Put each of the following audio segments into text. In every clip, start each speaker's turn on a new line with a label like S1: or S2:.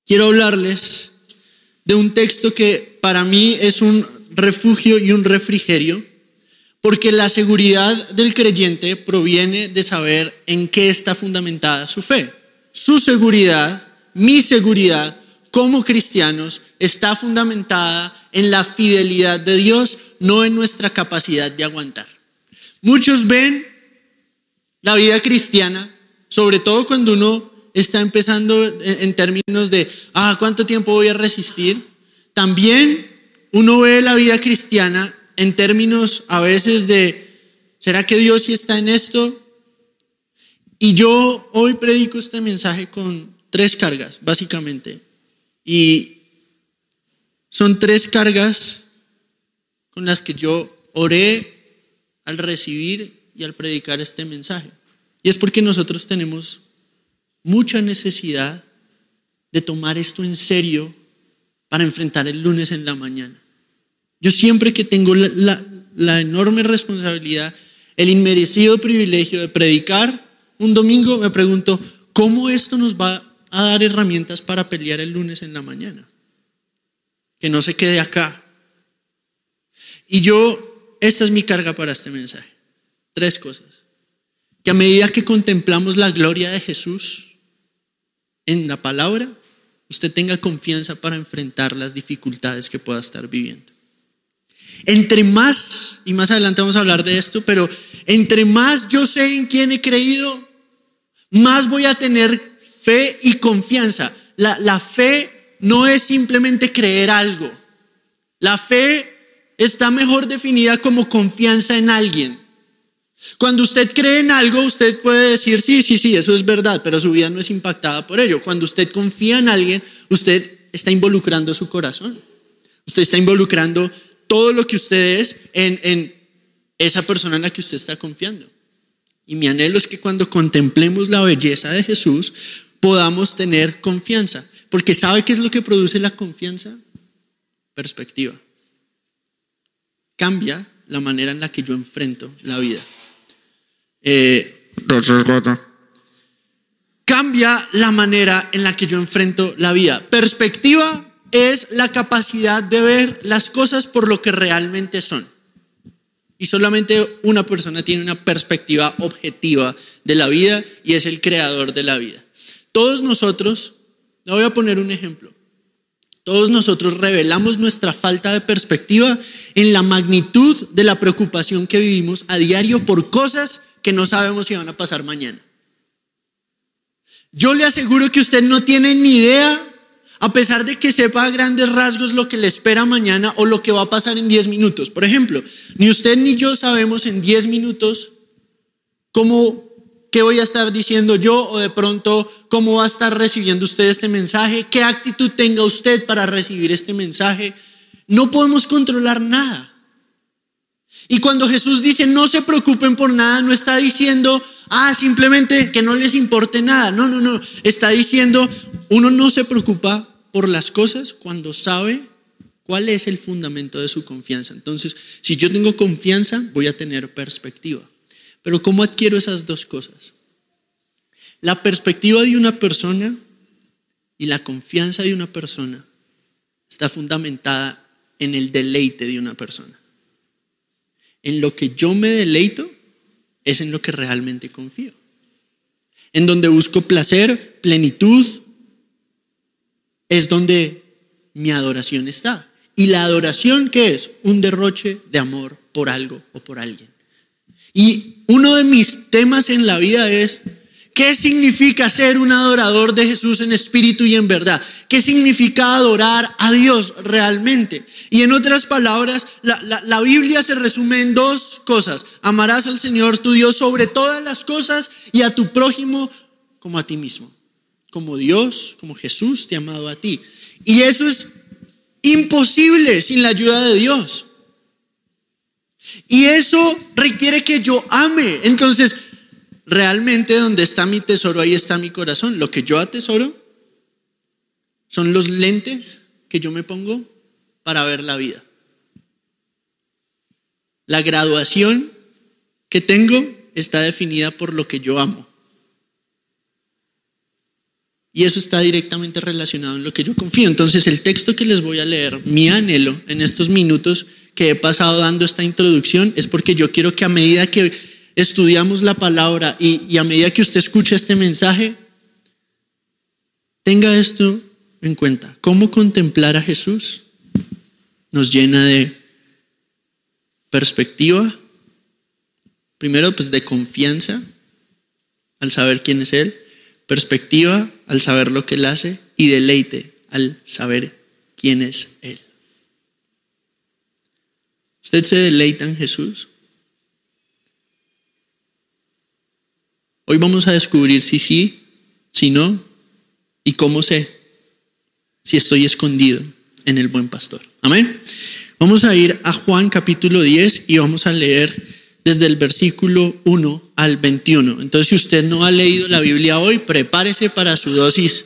S1: quiero hablarles de un texto que para mí es un refugio y un refrigerio, porque la seguridad del creyente proviene de saber en qué está fundamentada su fe. Su seguridad, mi seguridad como cristianos, está fundamentada en la fidelidad de Dios, no en nuestra capacidad de aguantar. Muchos ven la vida cristiana, sobre todo cuando uno está empezando en términos de ¿cuánto tiempo voy a resistir? También uno ve la vida cristiana en términos a veces de ¿será que Dios sí está en esto? Y yo hoy predico este mensaje con 3 cargas, básicamente. Y son 3 cargas con las que yo oré al recibir y al predicar este mensaje. Y es porque nosotros tenemos mucha necesidad de tomar esto en serio para enfrentar el lunes en la mañana. Yo siempre que tengo la enorme responsabilidad, el inmerecido privilegio de predicar un domingo, me pregunto, ¿cómo esto nos va a dar herramientas para pelear el lunes en la mañana? Que no se quede acá. Y esta es mi carga para este mensaje. 3 cosas. Que a medida que contemplamos la gloria de Jesús en la palabra, usted tenga confianza para enfrentar las dificultades que pueda estar viviendo. Entre más, y más adelante vamos a hablar de esto, pero entre más yo sé en quién he creído, más voy a tener fe y confianza. La fe no es simplemente creer algo. La fe está mejor definida como confianza en alguien. Cuando usted cree en algo, usted puede decir, sí, eso es verdad, pero su vida no es impactada por ello. Cuando usted confía en alguien, usted está involucrando su corazón. Usted está involucrando todo lo que usted es en esa persona en la que usted está confiando. Y mi anhelo es que cuando contemplemos la belleza de Jesús, podamos tener confianza. Porque ¿sabe qué es lo que produce la confianza? Perspectiva. Cambia la manera en la que yo enfrento la vida. Cambia la manera en la que yo enfrento la vida. Perspectiva es la capacidad de ver las cosas por lo que realmente son. Y solamente una persona tiene una perspectiva objetiva de la vida y es el creador de la vida. Todos nosotros, le voy a poner un ejemplo. Todos nosotros revelamos nuestra falta de perspectiva en la magnitud de la preocupación que vivimos a diario por cosas que no sabemos si van a pasar mañana. Yo le aseguro que usted no tiene ni idea, a pesar de que sepa a grandes rasgos lo que le espera mañana o lo que va a pasar en 10 minutos. Por ejemplo, ni usted ni yo sabemos en 10 minutos qué voy a estar diciendo yo, o de pronto cómo va a estar recibiendo usted este mensaje, qué actitud tenga usted para recibir este mensaje. No podemos controlar nada. Y cuando Jesús dice no se preocupen por nada, no está diciendo simplemente que no les importe nada. No. Está diciendo uno no se preocupa por las cosas cuando sabe cuál es el fundamento de su confianza. Entonces, si yo tengo confianza, voy a tener perspectiva. Pero ¿cómo adquiero esas 2 cosas? La perspectiva de una persona y la confianza de una persona está fundamentada en el deleite de una persona. En lo que yo me deleito es en lo que realmente confío. En donde busco placer, plenitud, es donde mi adoración está. ¿Y la adoración qué es? Un derroche de amor por algo o por alguien. Y uno de mis temas en la vida es ¿qué significa ser un adorador de Jesús en espíritu y en verdad? ¿Qué significa adorar a Dios realmente? Y en otras palabras, la Biblia se resume en 2 cosas. Amarás al Señor tu Dios sobre todas las cosas y a tu prójimo como a ti mismo. Como Dios, como Jesús te ha amado a ti. Y eso es imposible sin la ayuda de Dios. Y eso requiere que yo ame. Entonces, realmente donde está mi tesoro, ahí está mi corazón. Lo que yo atesoro son los lentes que yo me pongo para ver la vida. La graduación que tengo está definida por lo que yo amo. Y eso está directamente relacionado en lo que yo confío. Entonces el texto que les voy a leer, mi anhelo en estos minutos que he pasado dando esta introducción, es porque yo quiero que a medida que estudiamos la palabra y a medida que usted escuche este mensaje, tenga esto en cuenta. Cómo contemplar a Jesús nos llena de perspectiva, primero pues de confianza al saber quién es Él, perspectiva al saber lo que Él hace y deleite al saber quién es Él. ¿Usted se deleita en Jesús? Hoy vamos a descubrir si sí, si no, y cómo sé si estoy escondido en el buen pastor. Amén. Vamos a ir a Juan capítulo 10 y vamos a leer desde el versículo 1 al 21. Entonces, si usted no ha leído la Biblia hoy, prepárese para su dosis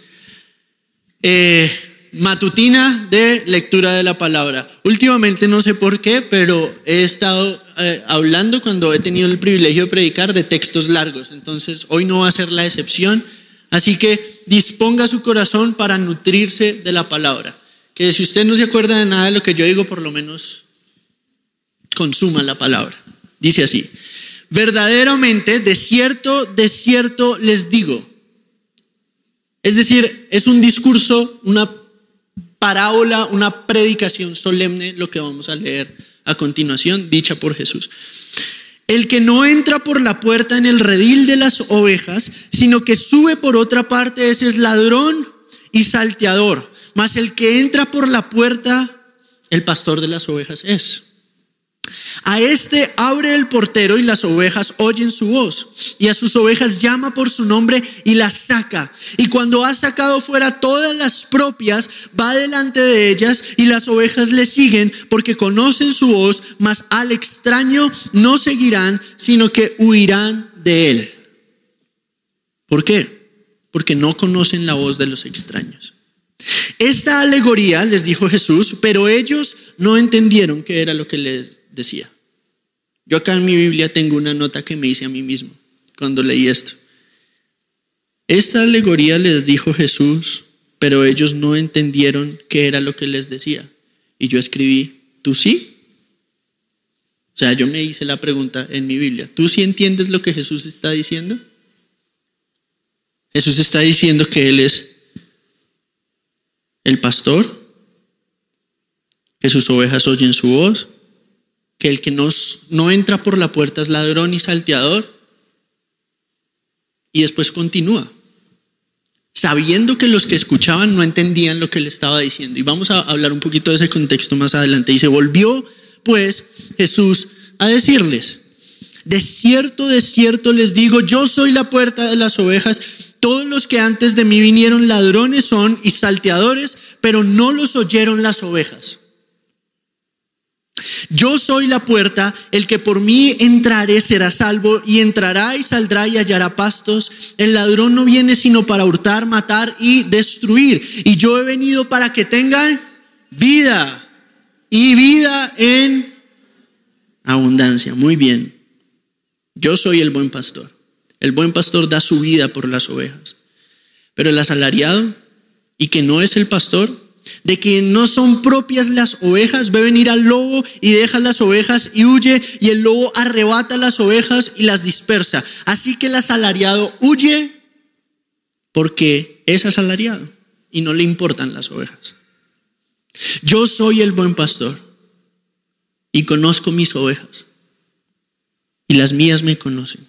S1: matutina de lectura de la palabra. Últimamente no sé por qué, pero he estado hablando cuando he tenido el privilegio de predicar de textos largos. Entonces, hoy no va a ser la excepción. Así que disponga su corazón para nutrirse de la palabra. Que si usted no se acuerda de nada de lo que yo digo, por lo menos consuma la palabra. Dice así: verdaderamente, de cierto les digo. Es decir, es un discurso, una parábola, una predicación solemne, lo que vamos a leer a continuación, dicha por Jesús. El que no entra por la puerta en el redil de las ovejas, sino que sube por otra parte, ese es ladrón y salteador. Mas el que entra por la puerta, el pastor de las ovejas es. A este abre el portero y las ovejas oyen su voz, y a sus ovejas llama por su nombre y las saca. Y cuando ha sacado fuera todas las propias, va delante de ellas y las ovejas le siguen porque conocen su voz, mas al extraño no seguirán, sino que huirán de él. ¿Por qué? Porque no conocen la voz de los extraños. Esta alegoría les dijo Jesús, pero ellos no entendieron qué era lo que les decía. Yo acá en mi Biblia tengo una nota que me hice a mí mismo cuando leí esto. Esta alegoría les dijo Jesús, pero ellos no entendieron qué era lo que les decía. Y yo escribí, ¿tú sí? O sea, yo me hice la pregunta en mi Biblia, ¿tú sí entiendes lo que Jesús está diciendo? Jesús está diciendo que Él es el pastor, que sus ovejas oyen su voz, que el que no entra por la puerta es ladrón y salteador. Y después continúa, sabiendo que los que escuchaban no entendían lo que él estaba diciendo. Y vamos a hablar un poquito de ese contexto más adelante. Y se volvió pues Jesús a decirles: de cierto les digo, yo soy la puerta de las ovejas. Todos los que antes de mí vinieron ladrones son y salteadores, pero no los oyeron las ovejas. Yo soy la puerta, el que por mí entrare será salvo, y entrará y saldrá y hallará pastos. El ladrón no viene sino para hurtar, matar y destruir. Y yo he venido para que tengan vida, y vida en abundancia. Muy bien. Yo soy el buen pastor. El buen pastor da su vida por las ovejas. Pero el asalariado, y que no es el pastor, de que no son propias las ovejas, ve venir al lobo y deja las ovejas y huye, y el lobo arrebata las ovejas y las dispersa. Así que el asalariado huye porque es asalariado y no le importan las ovejas. Yo soy el buen pastor y conozco mis ovejas, y las mías me conocen.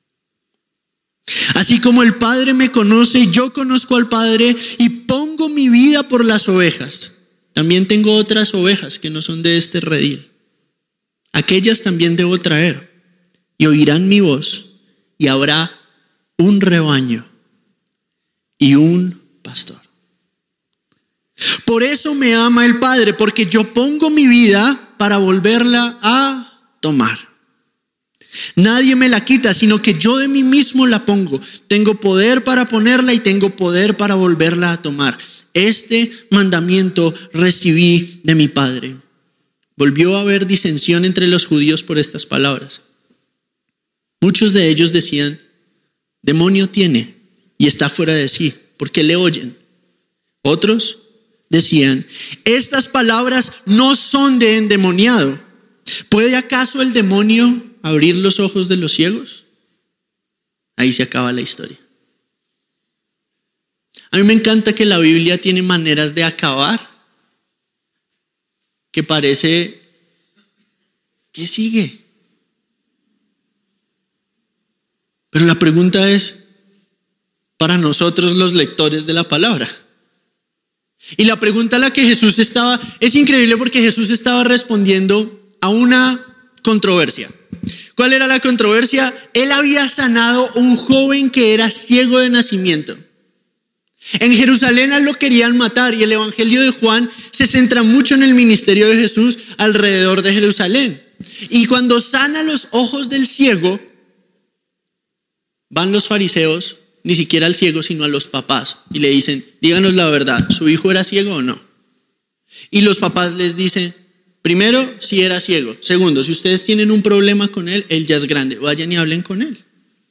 S1: Así como el Padre me conoce, yo conozco al Padre y pongo mi vida por las ovejas. También tengo otras ovejas que no son de este redil. Aquellas también debo traer, y oirán mi voz, y habrá un rebaño y un pastor. Por eso me ama el Padre, porque yo pongo mi vida para volverla a tomar. Nadie me la quita, sino que yo de mí mismo la pongo. Tengo poder para ponerla y tengo poder para volverla a tomar. Este mandamiento recibí de mi Padre. Volvió a haber disensión entre los judíos por estas palabras. Muchos de ellos decían: demonio tiene y está fuera de sí. ¿Por qué le oyen? Otros decían, estas palabras no son de endemoniado. ¿Puede acaso el demonio abrir los ojos de los ciegos? Ahí se acaba la historia. A mí me encanta que la Biblia tiene maneras de acabar que parece, ¿qué sigue? Pero la pregunta es, para nosotros los lectores de la palabra. Y la pregunta a la que Jesús es increíble porque Jesús estaba respondiendo a una controversia. ¿Cuál era la controversia? Él había sanado a un joven que era ciego de nacimiento. En Jerusalén lo querían matar y el Evangelio de Juan se centra mucho en el ministerio de Jesús alrededor de Jerusalén. Y cuando sana los ojos del ciego, van los fariseos, ni siquiera al ciego, sino a los papás, y le dicen, díganos la verdad, ¿su hijo era ciego o no? Y los papás les dicen, primero, si era ciego. Segundo, si ustedes tienen un problema con él ya es grande, vayan y hablen con él.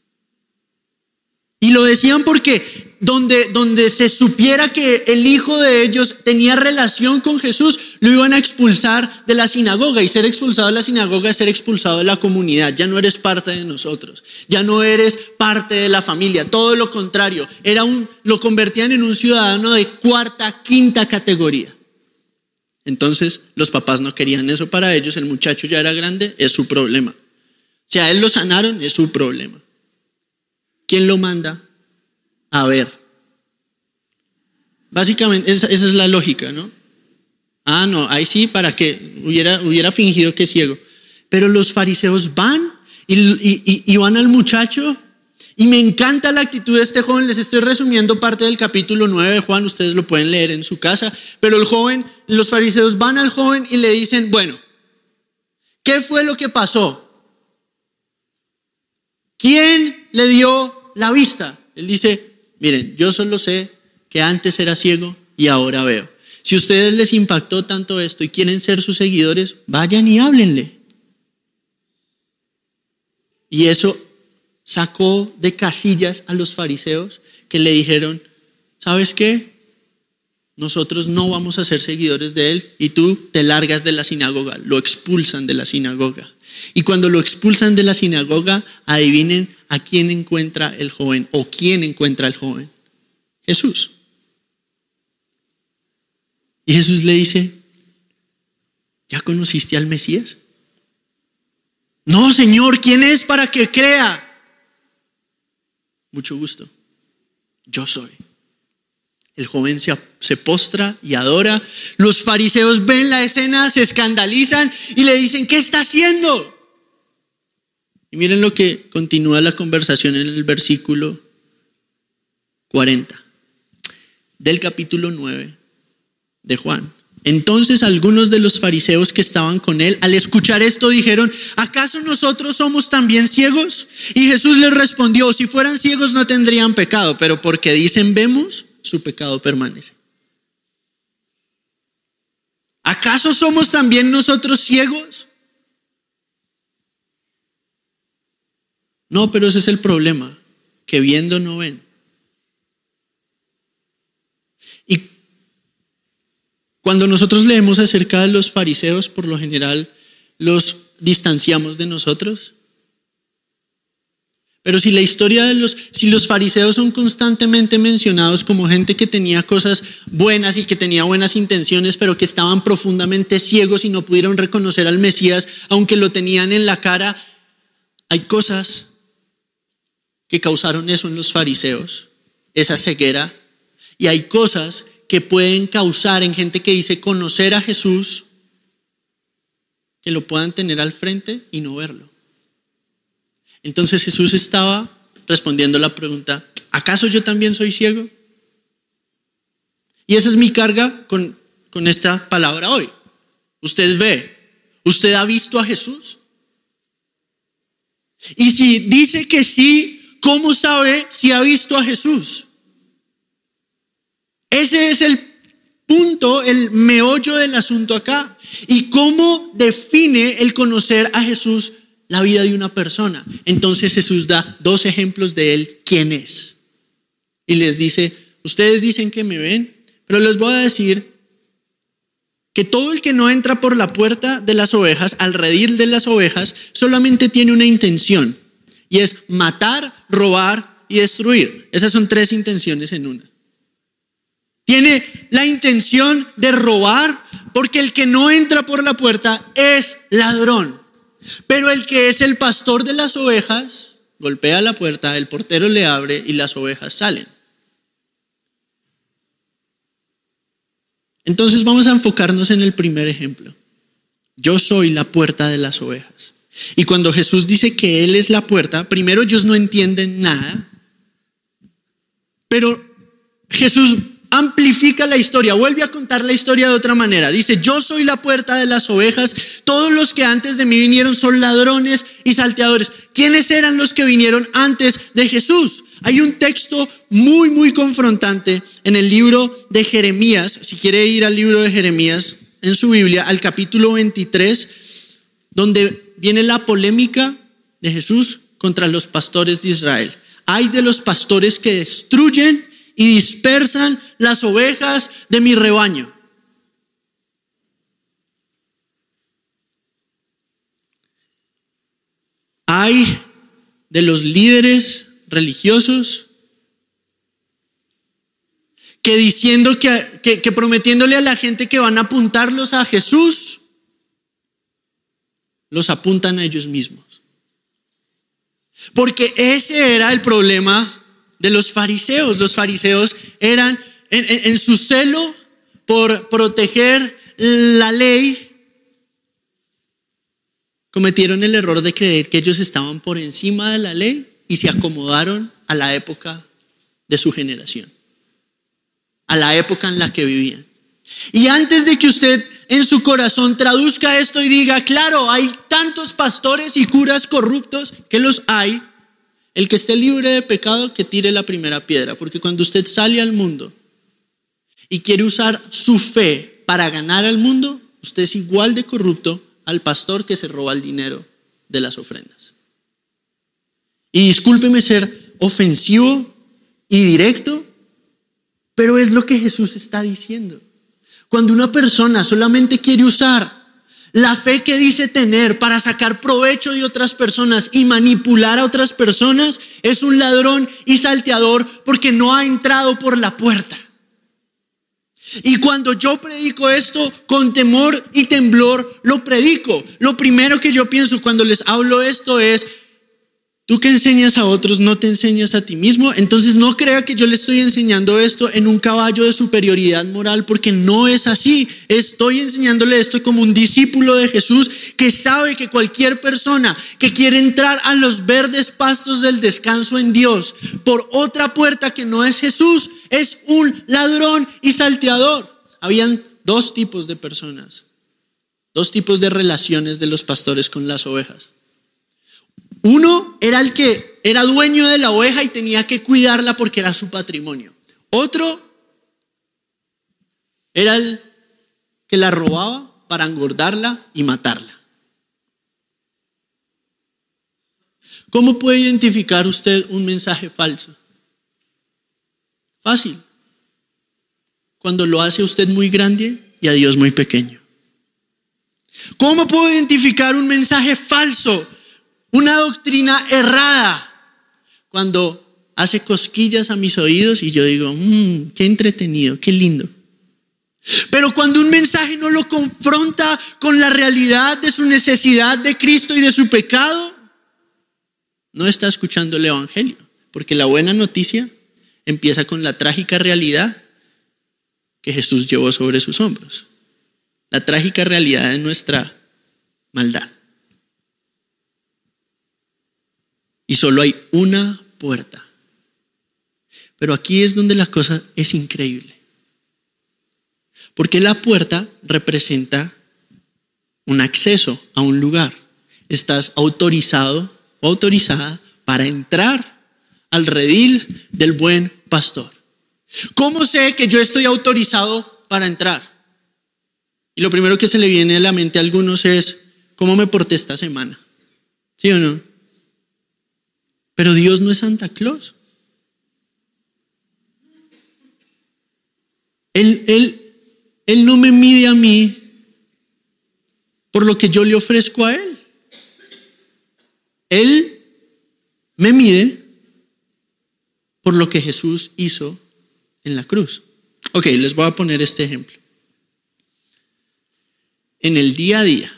S1: Y lo decían porque donde se supiera que el hijo de ellos tenía relación con Jesús, lo iban a expulsar de la sinagoga. Y ser expulsado de la sinagoga es ser expulsado de la comunidad. Ya no eres parte de nosotros. Ya no eres parte de la familia. Todo lo contrario. Lo convertían en un ciudadano de cuarta, quinta categoría. Entonces los papás no querían eso para ellos. El muchacho ya era grande, es su problema. Si a él lo sanaron, es su problema. ¿Quién lo manda a ver? Básicamente esa es la lógica, ¿no? No, ahí sí, ¿para qué? Hubiera fingido que es ciego. Pero los fariseos van y van al muchacho. Y me encanta la actitud de este joven. Les estoy resumiendo parte del capítulo 9 de Juan. Ustedes lo pueden leer en su casa. Pero los fariseos van al joven y le dicen, bueno, ¿qué fue lo que pasó? ¿Quién le dio la vista? Él dice, miren, yo solo sé que antes era ciego y ahora veo. Si a ustedes les impactó tanto esto y quieren ser sus seguidores, vayan y háblenle. Y eso sacó de casillas a los fariseos que le dijeron, ¿sabes qué? Nosotros no vamos a ser seguidores de él y tú te largas de la sinagoga. Lo expulsan de la sinagoga. Y cuando lo expulsan de la sinagoga, adivinen a quién encuentra el joven o quién encuentra al joven. Jesús. Y Jesús le dice, ¿ya conociste al Mesías? No, Señor, ¿quién es para que crea? Mucho gusto. Yo soy. El joven se postra y adora. Los fariseos ven la escena, se escandalizan y le dicen, ¿qué está haciendo? Y miren lo que continúa la conversación en el versículo 40 del capítulo 9 de Juan. Entonces algunos de los fariseos que estaban con él, al escuchar esto, dijeron, ¿acaso nosotros somos también ciegos? Y Jesús les respondió, si fueran ciegos no tendrían pecado, pero porque dicen vemos, su pecado permanece. ¿Acaso somos también nosotros ciegos? No, pero ese es el problema, que viendo no ven. Y cuando nosotros leemos acerca de los fariseos, por lo general los distanciamos de nosotros. Pero si los fariseos son constantemente mencionados como gente que tenía cosas buenas y que tenía buenas intenciones, pero que estaban profundamente ciegos y no pudieron reconocer al Mesías, aunque lo tenían en la cara, hay cosas que causaron eso en los fariseos, esa ceguera, y hay cosas que pueden causar en gente que dice conocer a Jesús, que lo puedan tener al frente y no verlo. Entonces Jesús estaba respondiendo la pregunta, ¿acaso yo también soy ciego? Y esa es mi carga con esta palabra hoy. Usted ve, ¿usted ha visto a Jesús? Y si dice que sí, ¿cómo sabe si ha visto a Jesús? Ese es el punto, el meollo del asunto acá. ¿Y cómo define el conocer a Jesús la vida de una persona? Entonces Jesús da 2 ejemplos de él, quién es. Y les dice, Ustedes dicen que me ven, pero les voy a decir que todo el que no entra por la puerta de las ovejas, al redil de las ovejas, solamente tiene una intención, y es matar, robar y destruir. Esas son 3 intenciones en una. Tiene la intención de robar, porque el que no entra por la puerta es ladrón. Pero el que es el pastor de las ovejas, golpea la puerta, el portero le abre y las ovejas salen. Entonces vamos a enfocarnos en el primer ejemplo. Yo soy la puerta de las ovejas. Y cuando Jesús dice que Él es la puerta, primero ellos no entienden nada, pero Jesús amplifica la historia, vuelve a contar la historia de otra manera. Dice, yo soy la puerta de las ovejas, todos los que antes de mí vinieron son ladrones y salteadores. ¿Quiénes eran los que vinieron antes de Jesús? Hay un texto muy confrontante en el libro de Jeremías. Si quiere ir al libro de Jeremías en su Biblia, al capítulo 23, donde viene la polémica de Jesús contra los pastores de Israel. Hay de los pastores que destruyen y dispersan las ovejas de mi rebaño. Hay de los líderes religiosos que diciendo que prometiéndole a la gente que van a apuntarlos a Jesús, los apuntan a ellos mismos. Porque ese era el problema de los fariseos. Los fariseos eran en su celo por proteger la ley, cometieron el error de creer que ellos estaban por encima de la ley y se acomodaron a la época de su generación, a la época en la que vivían. Y antes de que usted en su corazón traduzca esto y diga, claro, hay tantos pastores y curas corruptos, que los hay, el que esté libre de pecado que tire la primera piedra, porque cuando usted sale al mundo y quiere usar su fe para ganar al mundo, usted es igual de corrupto al pastor que se roba el dinero de las ofrendas. Y discúlpeme ser ofensivo y directo, pero es lo que Jesús está diciendo. Cuando una persona solamente quiere usar la fe que dice tener para sacar provecho de otras personas y manipular a otras personas, es un ladrón y salteador porque no ha entrado por la puerta. Y cuando yo predico esto con temor y temblor, lo predico. Lo primero que yo pienso cuando les hablo esto es, tú que enseñas a otros, no te enseñas a ti mismo. Entonces no crea que yo le estoy enseñando esto en un caballo de superioridad moral, porque no es así. Estoy enseñándole esto como un discípulo de Jesús que sabe que cualquier persona que quiere entrar a los verdes pastos del descanso en Dios por otra puerta que no es Jesús, es un ladrón y salteador. Habían 2 tipos de personas, 2 tipos de relaciones de los pastores con las ovejas. Uno era el que era dueño de la oveja y tenía que cuidarla porque era su patrimonio. Otro era el que la robaba para engordarla y matarla. ¿Cómo puede identificar usted un mensaje falso? Fácil. Cuando lo hace usted muy grande y a Dios muy pequeño. ¿Cómo puedo identificar un mensaje falso? Una doctrina errada, cuando hace cosquillas a mis oídos y yo digo, qué entretenido, qué lindo. Pero cuando un mensaje no lo confronta con la realidad de su necesidad de Cristo y de su pecado, no está escuchando el evangelio, porque la buena noticia empieza con la trágica realidad que Jesús llevó sobre sus hombros, la trágica realidad de nuestra maldad. Y solo hay una puerta. Pero aquí es donde la cosa es increíble. Porque la puerta representa un acceso a un lugar. Estás autorizado o autorizada para entrar al redil del buen pastor. ¿Cómo sé que yo estoy autorizado para entrar? Y lo primero que se le viene a la mente a algunos es, ¿cómo me porté esta semana? ¿Sí o no? Pero Dios no es Santa Claus. Él no me mide a mí por lo que yo le ofrezco a Él. Él me mide por lo que Jesús hizo en la cruz. Ok, les voy a poner este ejemplo. En el día a día,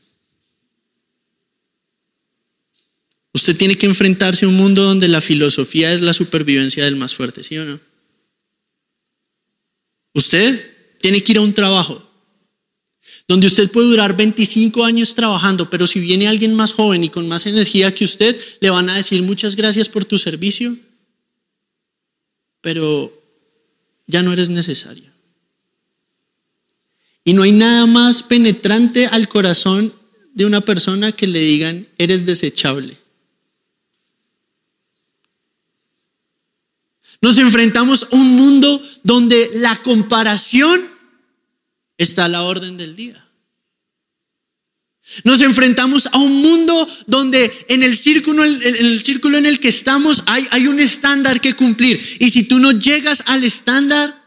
S1: usted tiene que enfrentarse a un mundo donde la filosofía es la supervivencia del más fuerte, ¿sí o no? Usted tiene que ir a un trabajo donde usted puede durar 25 años trabajando, pero si viene alguien más joven y con más energía que usted, le van a decir muchas gracias por tu servicio, pero ya no eres necesario. Y no hay nada más penetrante al corazón de una persona que le digan, eres desechable. Nos enfrentamos a un mundo donde la comparación está a la orden del día. Nos enfrentamos a un mundo donde en el círculo en el que estamos hay un estándar que cumplir. Y si tú no llegas al estándar,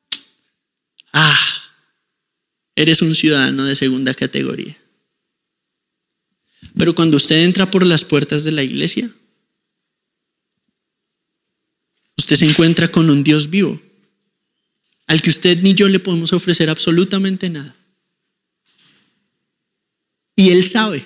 S1: eres un ciudadano de segunda categoría. Pero cuando usted entra por las puertas de la iglesia, usted se encuentra con un Dios vivo, al que usted ni yo le podemos ofrecer absolutamente nada. Y Él sabe.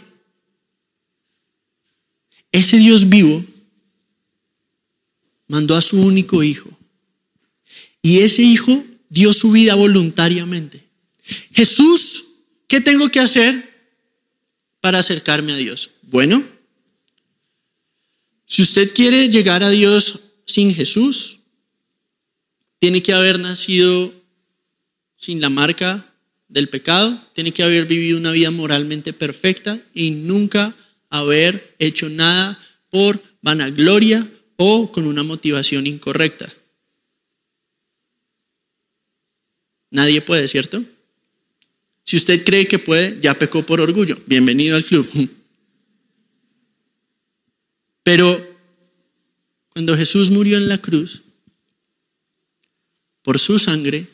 S1: Ese Dios vivo mandó a su único hijo. Y ese hijo dio su vida voluntariamente. Jesús, ¿qué tengo que hacer para acercarme a Dios? Bueno, si usted quiere llegar a Dios sin Jesús, tiene que haber nacido sin la marca del pecado, tiene que haber vivido una vida moralmente perfecta y nunca haber hecho nada por vanagloria o con una motivación incorrecta. Nadie puede, ¿cierto? Si usted cree que puede, ya pecó por orgullo. Bienvenido al club. Pero cuando Jesús murió en la cruz, por su sangre,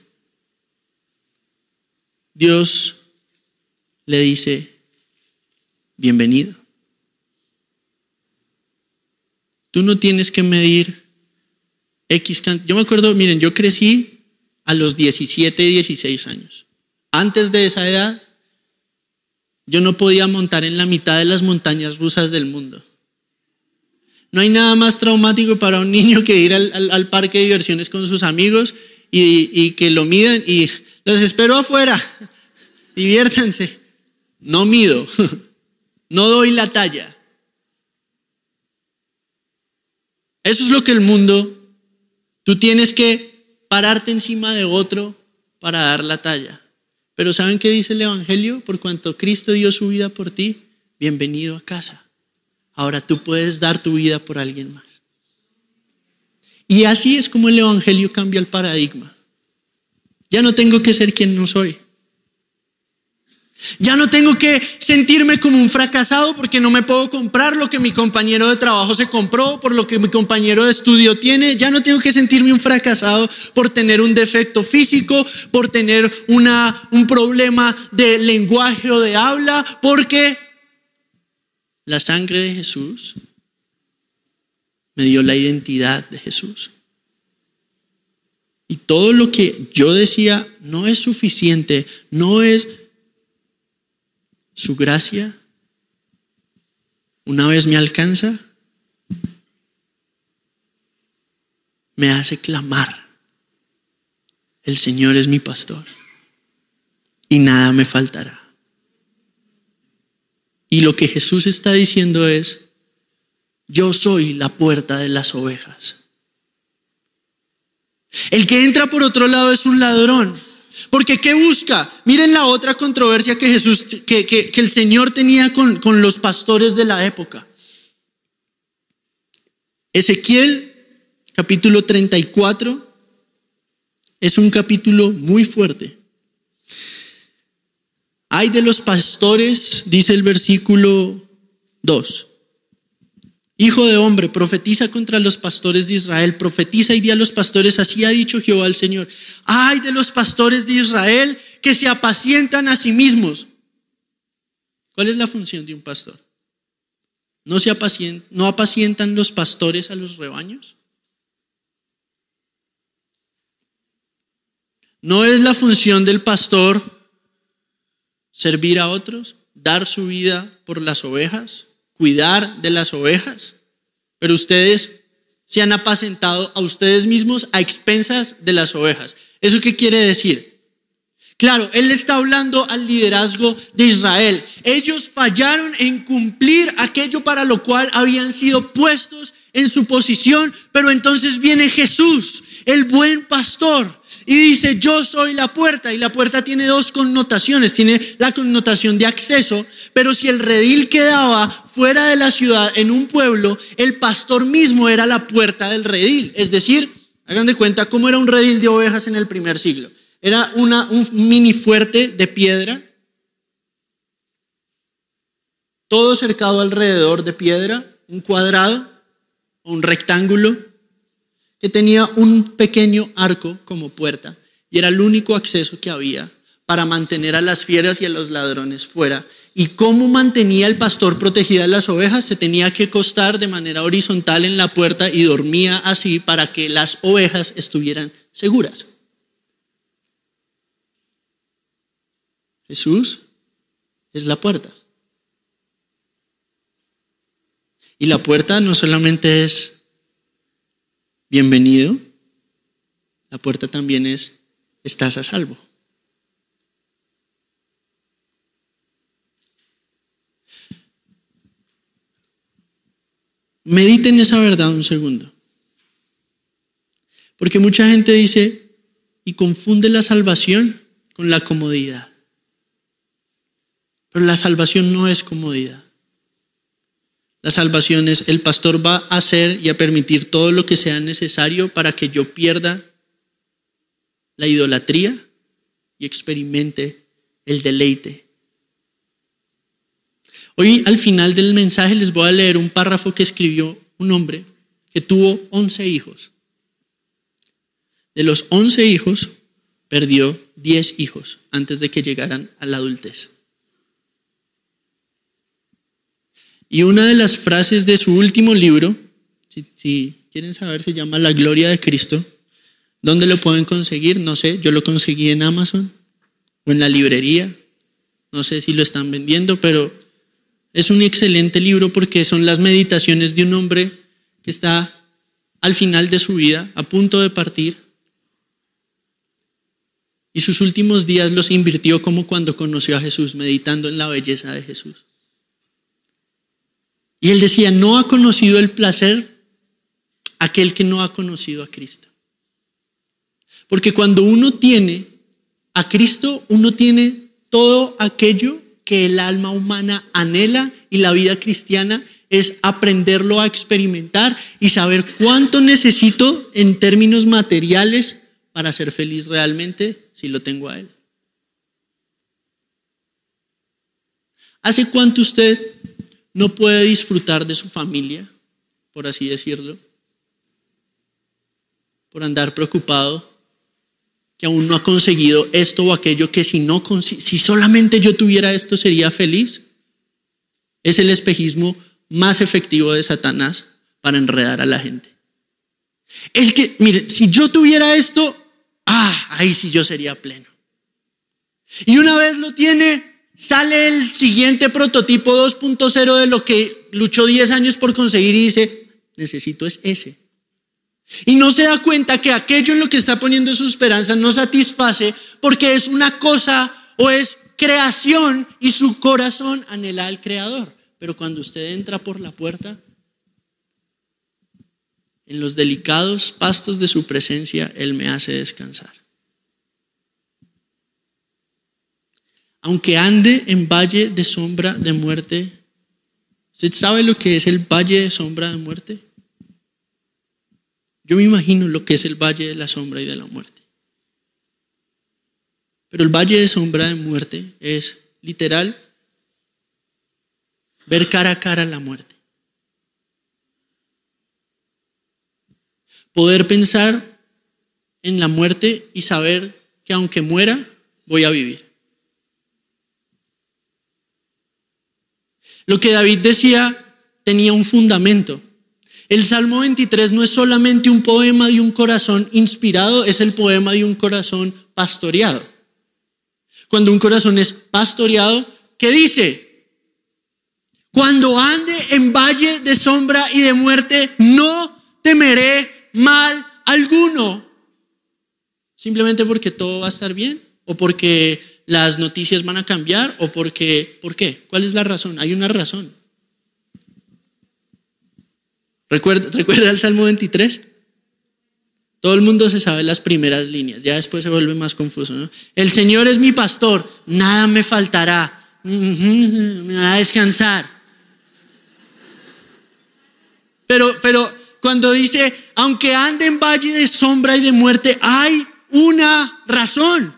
S1: Dios le dice, bienvenido. Tú no tienes que medir X cantidad. Yo me acuerdo, miren, yo crecí a los 17, 16 años. Antes de esa edad, yo no podía montar en la mitad de las montañas rusas del mundo. No hay nada más traumático para un niño que ir al parque de diversiones con sus amigos y que lo midan y los espero afuera, diviértanse. No mido, no doy la talla. Eso es lo que el mundo, tú tienes que pararte encima de otro para dar la talla. Pero ¿saben qué dice el Evangelio? Por cuanto Cristo dio su vida por ti, bienvenido a casa. Ahora tú puedes dar tu vida por alguien más. Y así es como el Evangelio cambia el paradigma. Ya no tengo que ser quien no soy. Ya no tengo que sentirme como un fracasado porque no me puedo comprar lo que mi compañero de trabajo se compró, por lo que mi compañero de estudio tiene. Ya no tengo que sentirme un fracasado por tener un defecto físico, por tener un problema de lenguaje o de habla, porque la sangre de Jesús me dio la identidad de Jesús. Y todo lo que yo decía no es suficiente, no es su gracia. Una vez me alcanza, me hace clamar. El Señor es mi pastor y nada me faltará. Y lo que Jesús está diciendo es, yo soy la puerta de las ovejas. El que entra por otro lado es un ladrón. Porque ¿qué busca? Miren la otra controversia que el Señor tenía con los pastores de la época. Ezequiel, capítulo 34, es un capítulo muy fuerte. Ay de los pastores, dice el versículo 2. Hijo de hombre, profetiza contra los pastores de Israel, profetiza y di a los pastores, así ha dicho Jehová el Señor. Ay de los pastores de Israel que se apacientan a sí mismos. ¿Cuál es la función de un pastor? ¿No apacientan los pastores a los rebaños? ¿No es la función del pastor servir a otros, dar su vida por las ovejas, cuidar de las ovejas? Pero ustedes se han apacentado a ustedes mismos a expensas de las ovejas. ¿Eso qué quiere decir? Claro, él está hablando al liderazgo de Israel. Ellos fallaron en cumplir aquello para lo cual habían sido puestos en su posición, pero entonces viene Jesús, el buen pastor, y dice: yo soy la puerta. Y la puerta tiene dos connotaciones. Tiene la connotación de acceso, pero si el redil quedaba fuera de la ciudad, en un pueblo, el pastor mismo era la puerta del redil. Es decir, hagan de cuenta cómo era un redil de ovejas en el primer siglo. Era un mini fuerte de piedra, todo cercado alrededor de piedra, un cuadrado o un rectángulo que tenía un pequeño arco como puerta, y era el único acceso que había para mantener a las fieras y a los ladrones fuera. ¿Y cómo mantenía el pastor protegidas las ovejas? Se tenía que acostar de manera horizontal en la puerta y dormía así para que las ovejas estuvieran seguras. Jesús es la puerta. Y la puerta no solamente es bienvenido, la puerta también es: estás a salvo. Mediten esa verdad un segundo. Porque mucha gente dice y confunde la salvación con la comodidad. Pero la salvación no es comodidad. La salvación es: el pastor va a hacer y a permitir todo lo que sea necesario para que yo pierda la idolatría y experimente el deleite. Hoy al final del mensaje les voy a leer un párrafo que escribió un hombre que tuvo 11 hijos. De los 11 hijos, perdió 10 hijos antes de que llegaran a la adultez. Y una de las frases de su último libro, si quieren saber, se llama La Gloria de Cristo. ¿Dónde lo pueden conseguir? No sé, yo lo conseguí en Amazon o en la librería. No sé si lo están vendiendo, pero es un excelente libro porque son las meditaciones de un hombre que está al final de su vida, a punto de partir. Y sus últimos días los invirtió como cuando conoció a Jesús, meditando en la belleza de Jesús. Y él decía: no ha conocido el placer aquel que no ha conocido a Cristo. Porque cuando uno tiene a Cristo, uno tiene todo aquello que el alma humana anhela, y la vida cristiana es aprenderlo a experimentar y saber cuánto necesito en términos materiales para ser feliz realmente si lo tengo a Él. ¿Hace cuánto usted no puede disfrutar de su familia, por así decirlo, por andar preocupado que aún no ha conseguido esto o aquello, que si solamente yo tuviera esto sería feliz? Es el espejismo más efectivo de Satanás para enredar a la gente. Es que, mire, si yo tuviera esto, ahí sí yo sería pleno. Y una vez lo tiene, sale el siguiente prototipo 2.0 de lo que luchó 10 años por conseguir y dice: necesito es ese. Y no se da cuenta que aquello en lo que está poniendo su esperanza no satisface, porque es una cosa o es creación y su corazón anhela al Creador. Pero cuando usted entra por la puerta, en los delicados pastos de su presencia, Él me hace descansar. Aunque ande en valle de sombra de muerte, ¿usted sabe lo que es el valle de sombra de muerte? Yo me imagino lo que es el valle de la sombra y de la muerte. Pero el valle de sombra de muerte es literal ver cara a cara la muerte. poder pensar en la muerte y saber que aunque muera, voy a vivir. Lo que David decía tenía un fundamento. El Salmo 23 no es solamente un poema de un corazón inspirado, es el poema de un corazón pastoreado. Cuando un corazón es pastoreado, ¿qué dice? Cuando ande en valle de sombra y de muerte, no temeré mal alguno. Simplemente porque todo va a estar bien, o porque las noticias van a cambiar, o porque, ¿por qué? ¿Cuál es la razón? Hay una razón. ¿Recuerda el Salmo 23? Todo el mundo se sabe las primeras líneas, ya después se vuelve más confuso, ¿no? El Señor es mi pastor, nada me faltará, me va a descansar. Pero cuando dice, aunque ande en valle de sombra y de muerte, hay una razón.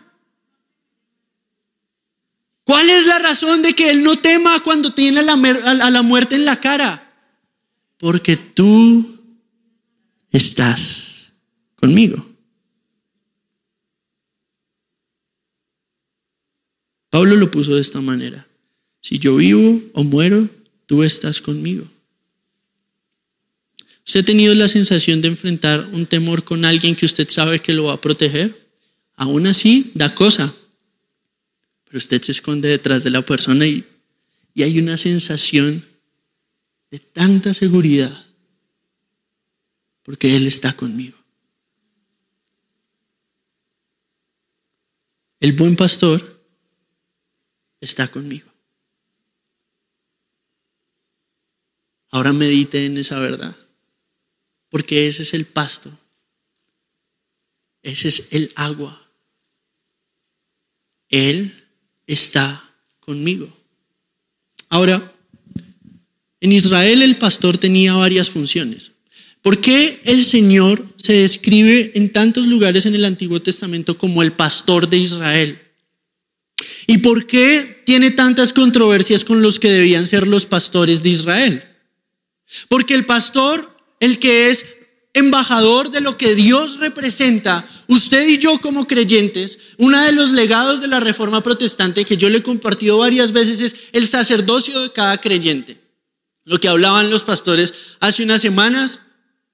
S1: ¿Cuál es la razón de que él no tema cuando tiene a la muerte en la cara? Porque tú estás conmigo. Pablo lo puso de esta manera. Si yo vivo o muero, tú estás conmigo. ¿Usted ha tenido la sensación de enfrentar un temor con alguien que usted sabe que lo va a proteger? Aún así, da cosa. Pero usted se esconde detrás de la persona y hay una sensación de tanta seguridad porque Él está conmigo. El buen pastor está conmigo. Ahora medite en esa verdad, porque ese es el pasto, ese es el agua. Él está conmigo. Ahora, en Israel el pastor tenía varias funciones. ¿Por qué el Señor se describe en tantos lugares en el Antiguo Testamento como el pastor de Israel? ¿Y por qué tiene tantas controversias con los que debían ser los pastores de Israel? Porque el pastor, el que es embajador de lo que Dios representa, usted y yo como creyentes, uno de los legados de la Reforma Protestante que yo le he compartido varias veces es el sacerdocio de cada creyente. Lo que hablaban los pastores hace unas semanas.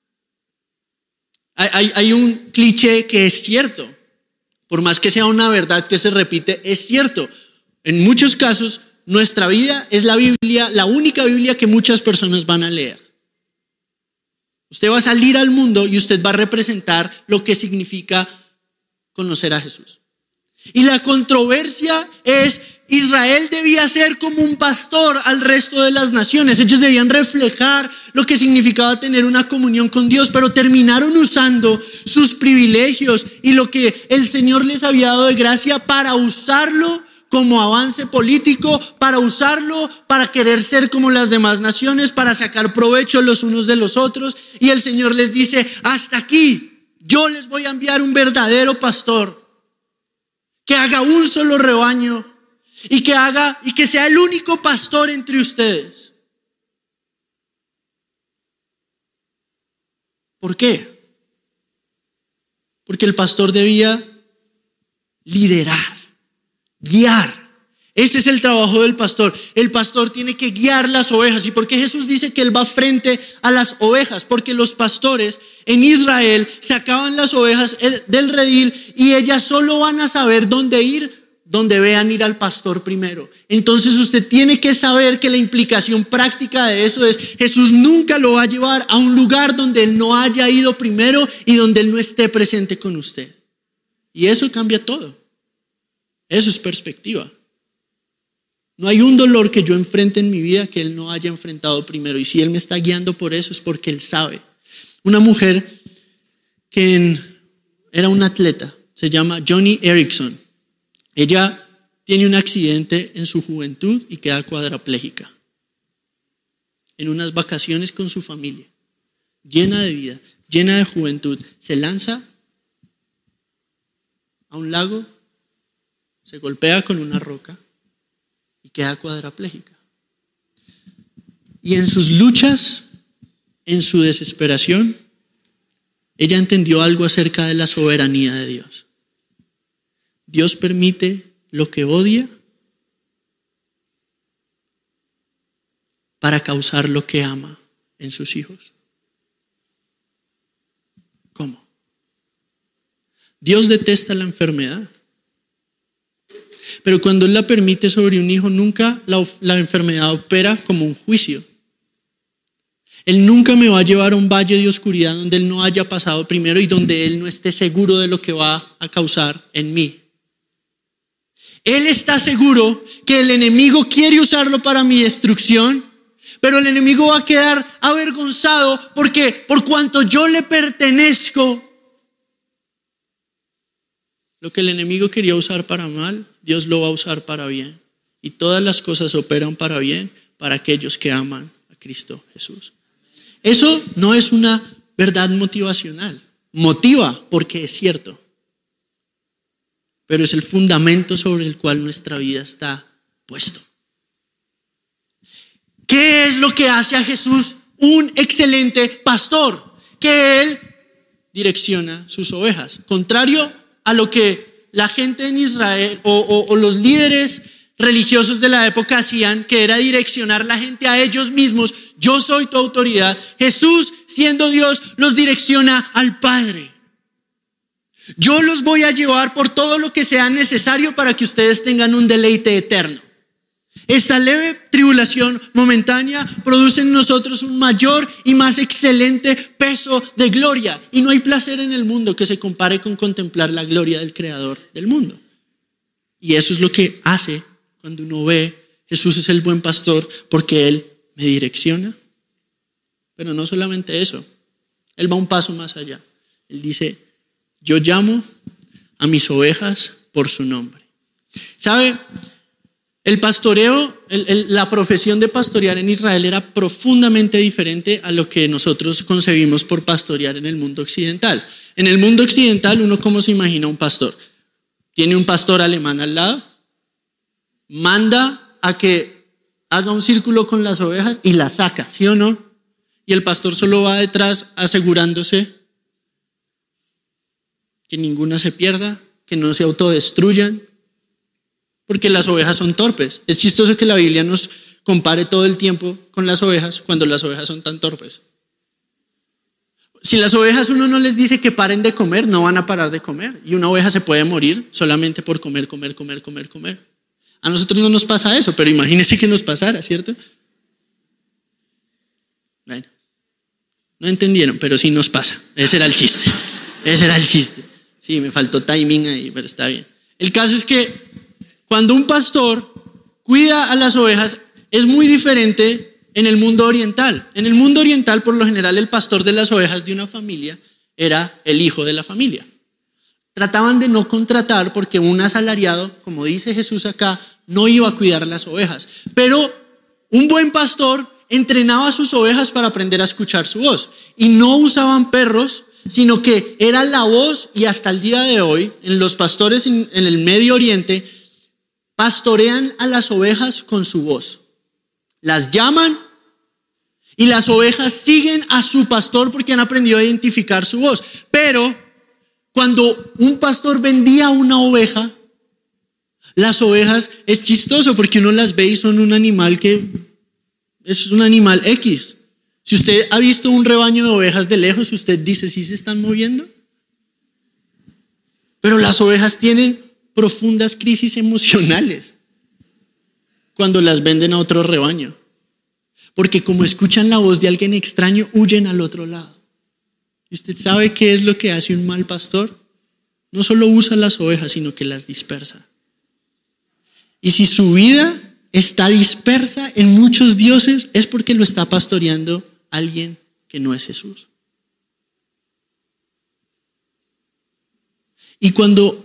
S1: Hay un cliché que es cierto, por más que sea una verdad que se repite, es cierto. En muchos casos, nuestra vida es la Biblia, la única Biblia que muchas personas van a leer. Usted va a salir al mundo y usted va a representar lo que significa conocer a Jesús. Y la controversia es, Israel debía ser como un pastor al resto de las naciones. Ellos debían reflejar lo que significaba tener una comunión con Dios, pero terminaron usando sus privilegios y lo que el Señor les había dado de gracia para usarlo como avance político, para usarlo para querer ser como las demás naciones, para sacar provecho los unos de los otros. Y el Señor les dice, hasta aquí, yo les voy a enviar un verdadero pastor que haga un solo rebaño y que sea el único pastor entre ustedes. ¿Por qué? Porque el pastor debía liderar, guiar. Ese es el trabajo del pastor. El pastor tiene que guiar las ovejas. ¿Y por qué Jesús dice que Él va frente a las ovejas? Porque los pastores en Israel sacaban las ovejas del redil y ellas solo van a saber dónde ir donde vean ir al pastor primero. Entonces usted tiene que saber que la implicación práctica de eso es, Jesús nunca lo va a llevar a un lugar donde Él no haya ido primero y donde Él no esté presente con usted. Y eso cambia todo. Eso es perspectiva. No hay un dolor que yo enfrente en mi vida que Él no haya enfrentado primero. Y si Él me está guiando por eso es porque Él sabe. Una mujer que era una atleta, se llama Joni Eareckson. Ella tiene un accidente en su juventud y queda cuadraplégica. En unas vacaciones con su familia, llena de vida, llena de juventud, se lanza a un lago, se golpea con una roca y queda cuadraplégica. Y en sus luchas, en su desesperación, ella entendió algo acerca de la soberanía de Dios. Dios permite lo que odia para causar lo que ama en sus hijos. ¿Cómo? Dios detesta la enfermedad, pero cuando Él la permite sobre un hijo, nunca la enfermedad opera como un juicio. Él nunca me va a llevar a un valle de oscuridad donde Él no haya pasado primero y donde Él no esté seguro de lo que va a causar en mí. Él está seguro que el enemigo quiere usarlo para mi destrucción, pero el enemigo va a quedar avergonzado porque por cuanto yo le pertenezco, lo que el enemigo quería usar para mal, Dios lo va a usar para bien. Y todas las cosas operan para bien para aquellos que aman a Cristo Jesús. Eso no es una verdad motivacional. Motiva porque es cierto. Pero es el fundamento sobre el cual nuestra vida está puesto. ¿Qué es lo que hace a Jesús un excelente pastor? Que Él direcciona sus ovejas. Contrario a lo que la gente en Israel o los líderes religiosos de la época hacían, que era direccionar la gente a ellos mismos. Yo soy tu autoridad. Jesús, siendo Dios, los direcciona al Padre. Yo los voy a llevar por todo lo que sea necesario para que ustedes tengan un deleite eterno. Esta leve tribulación momentánea produce en nosotros un mayor y más excelente peso de gloria. Y no hay placer en el mundo que se compare con contemplar la gloria del Creador del mundo. Y eso es lo que hace cuando uno ve Jesús es el buen pastor, porque Él me direcciona. Pero no solamente eso, Él va un paso más allá. Él dice: yo llamo a mis ovejas por su nombre. ¿Sabe? El pastoreo, la profesión de pastorear en Israel era profundamente diferente a lo que nosotros concebimos por pastorear en el mundo occidental. En el mundo occidental, uno ¿cómo se imagina un pastor? Tiene un pastor alemán al lado, manda a que haga un círculo con las ovejas y las saca, ¿sí o no? Y el pastor solo va detrás asegurándose que ninguna se pierda, que no se autodestruyan, porque las ovejas son torpes. Es chistoso que la Biblia nos compare todo el tiempo con las ovejas cuando las ovejas son tan torpes. Si las ovejas uno no les dice que paren de comer, no van a parar de comer. Y una oveja se puede morir solamente por comer. A nosotros no nos pasa eso, pero imagínense que nos pasara, ¿cierto? Bueno, no entendieron, pero sí nos pasa. Ese era el chiste. Sí, me faltó timing ahí, pero está bien. El caso es que cuando un pastor cuida a las ovejas, es muy diferente en el mundo oriental. En el mundo oriental, por lo general, el pastor de las ovejas de una familia era el hijo de la familia. Trataban de no contratar porque un asalariado, como dice Jesús acá, no iba a cuidar las ovejas. Pero un buen pastor entrenaba a sus ovejas para aprender a escuchar su voz. Y no usaban perros, sino que era la voz, y hasta el día de hoy, en los pastores en el Medio Oriente, pastorean a las ovejas con su voz. Las llaman y las ovejas siguen a su pastor porque han aprendido a identificar su voz. Pero cuando un pastor vendía una oveja, las ovejas, es chistoso porque uno las ve y son un animal que es un animal X. Si usted ha visto un rebaño de ovejas de lejos, usted dice, ¿sí se están moviendo? Pero las ovejas tienen profundas crisis emocionales cuando las venden a otro rebaño, porque como escuchan la voz de alguien extraño, huyen al otro lado. ¿Y usted sabe qué es lo que hace un mal pastor? No solo usa las ovejas, sino que las dispersa. Y si su vida está dispersa en muchos dioses, es porque lo está pastoreando alguien que no es Jesús. Y cuando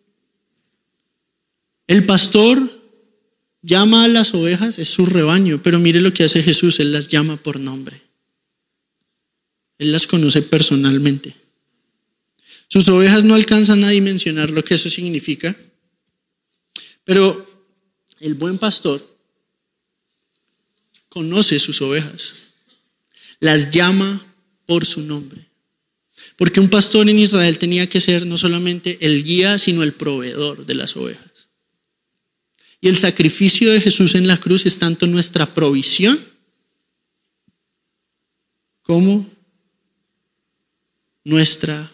S1: el pastor llama a las ovejas, es su rebaño, pero mire lo que hace Jesús, Él las llama por nombre. Él las conoce personalmente. Sus ovejas no alcanzan a dimensionar lo que eso significa, pero el buen pastor conoce sus ovejas, las llama por su nombre. Porque un pastor en Israel tenía que ser no solamente el guía, sino el proveedor de las ovejas. Y el sacrificio de Jesús en la cruz es tanto nuestra provisión como nuestra,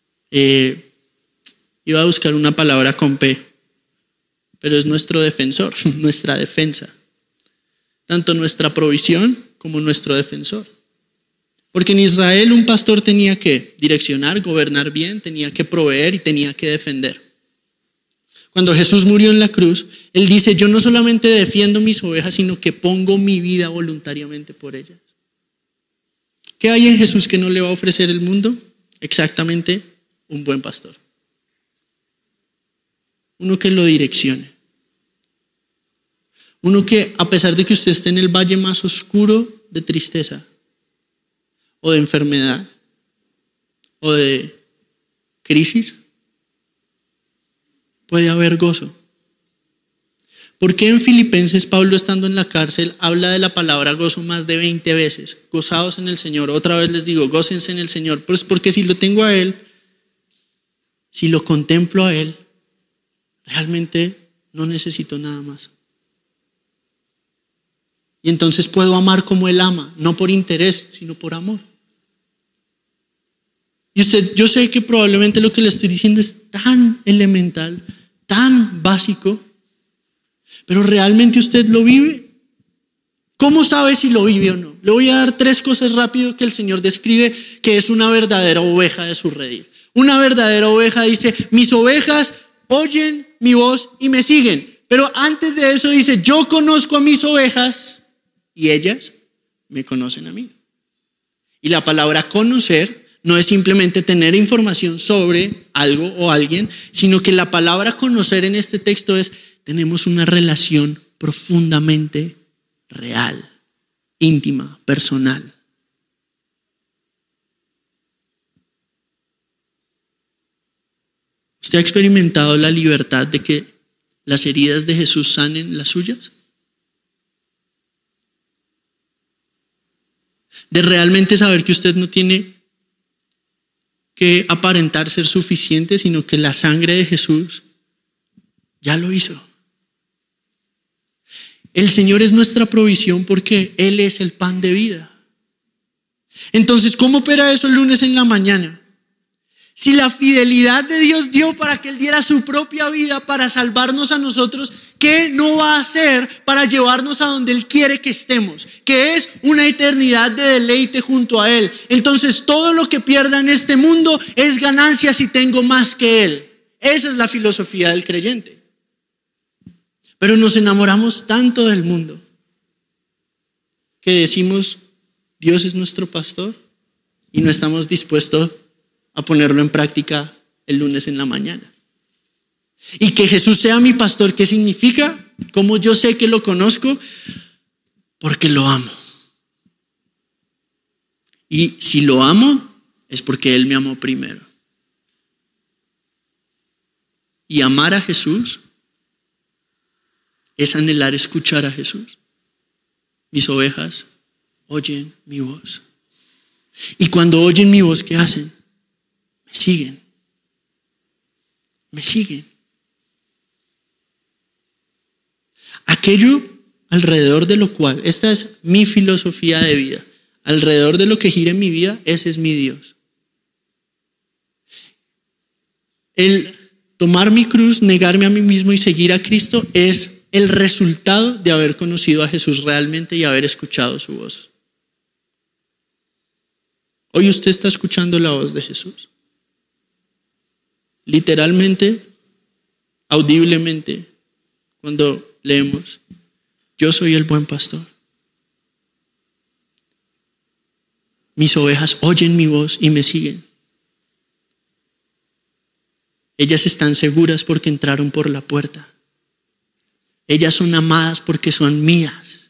S1: iba a buscar una palabra con P, pero es nuestro defensor, nuestra defensa. Tanto nuestra provisión como nuestro defensor. Porque en Israel un pastor tenía que direccionar, gobernar bien, tenía que proveer y tenía que defender. Cuando Jesús murió en la cruz, Él dice, yo no solamente defiendo mis ovejas, sino que pongo mi vida voluntariamente por ellas. ¿Qué hay en Jesús que no le va a ofrecer el mundo? Exactamente, un buen pastor. Uno que lo direccione. Uno que, a pesar de que usted esté en el valle más oscuro de tristeza, o de enfermedad, o de crisis, puede haber gozo. ¿Por qué en Filipenses Pablo, estando en la cárcel, habla de la palabra gozo más de 20 veces? Gozaos en el Señor. Otra vez les digo, gócense en el Señor. Pues porque si lo tengo a Él, si lo contemplo a Él, realmente no necesito nada más. Y entonces puedo amar como Él ama, no por interés, sino por amor. Y usted, yo sé que probablemente lo que le estoy diciendo es tan elemental, tan básico, pero ¿realmente usted lo vive? ¿Cómo sabe si lo vive o no? Le voy a dar 3 cosas rápido que el Señor describe que es una verdadera oveja de su redil. Una verdadera oveja dice, mis ovejas oyen mi voz y me siguen. Pero antes de eso dice, yo conozco a mis ovejas y ellas me conocen a mí. Y la palabra conocer no es simplemente tener información sobre algo o alguien, sino que la palabra conocer en este texto es tenemos una relación profundamente real, íntima, personal. ¿Usted ha experimentado la libertad de que las heridas de Jesús sanen las suyas? De realmente saber que usted no tiene que aparentar ser suficiente, sino que la sangre de Jesús ya lo hizo. El Señor es nuestra provisión porque Él es el pan de vida. Entonces, ¿cómo opera eso el lunes en la mañana? Si la fidelidad de Dios dio para que Él diera su propia vida para salvarnos a nosotros, ¿qué no va a hacer para llevarnos a donde Él quiere que estemos? Que es una eternidad de deleite junto a Él. Entonces todo lo que pierda en este mundo es ganancia si tengo más que Él. Esa es la filosofía del creyente. Pero nos enamoramos tanto del mundo que decimos, Dios es nuestro pastor y no estamos dispuestos a ponerlo en práctica el lunes en la mañana. Y que Jesús sea mi pastor, ¿qué significa? ¿Cómo yo sé que lo conozco? Porque lo amo. Y si lo amo, es porque Él me amó primero. Y amar a Jesús es anhelar escuchar a Jesús. Mis ovejas oyen mi voz. Y cuando oyen mi voz, ¿qué hacen? Me siguen. Me siguen. Aquello alrededor de lo cual, esta es mi filosofía de vida, alrededor de lo que gira en mi vida, ese es mi Dios. El tomar mi cruz, negarme a mí mismo y seguir a Cristo es el resultado de haber conocido a Jesús realmente y haber escuchado su voz. Hoy usted está escuchando la voz de Jesús. Literalmente, audiblemente, cuando leemos, yo soy el buen pastor. Mis ovejas oyen mi voz y me siguen. Ellas están seguras porque entraron por la puerta. Ellas son amadas porque son mías.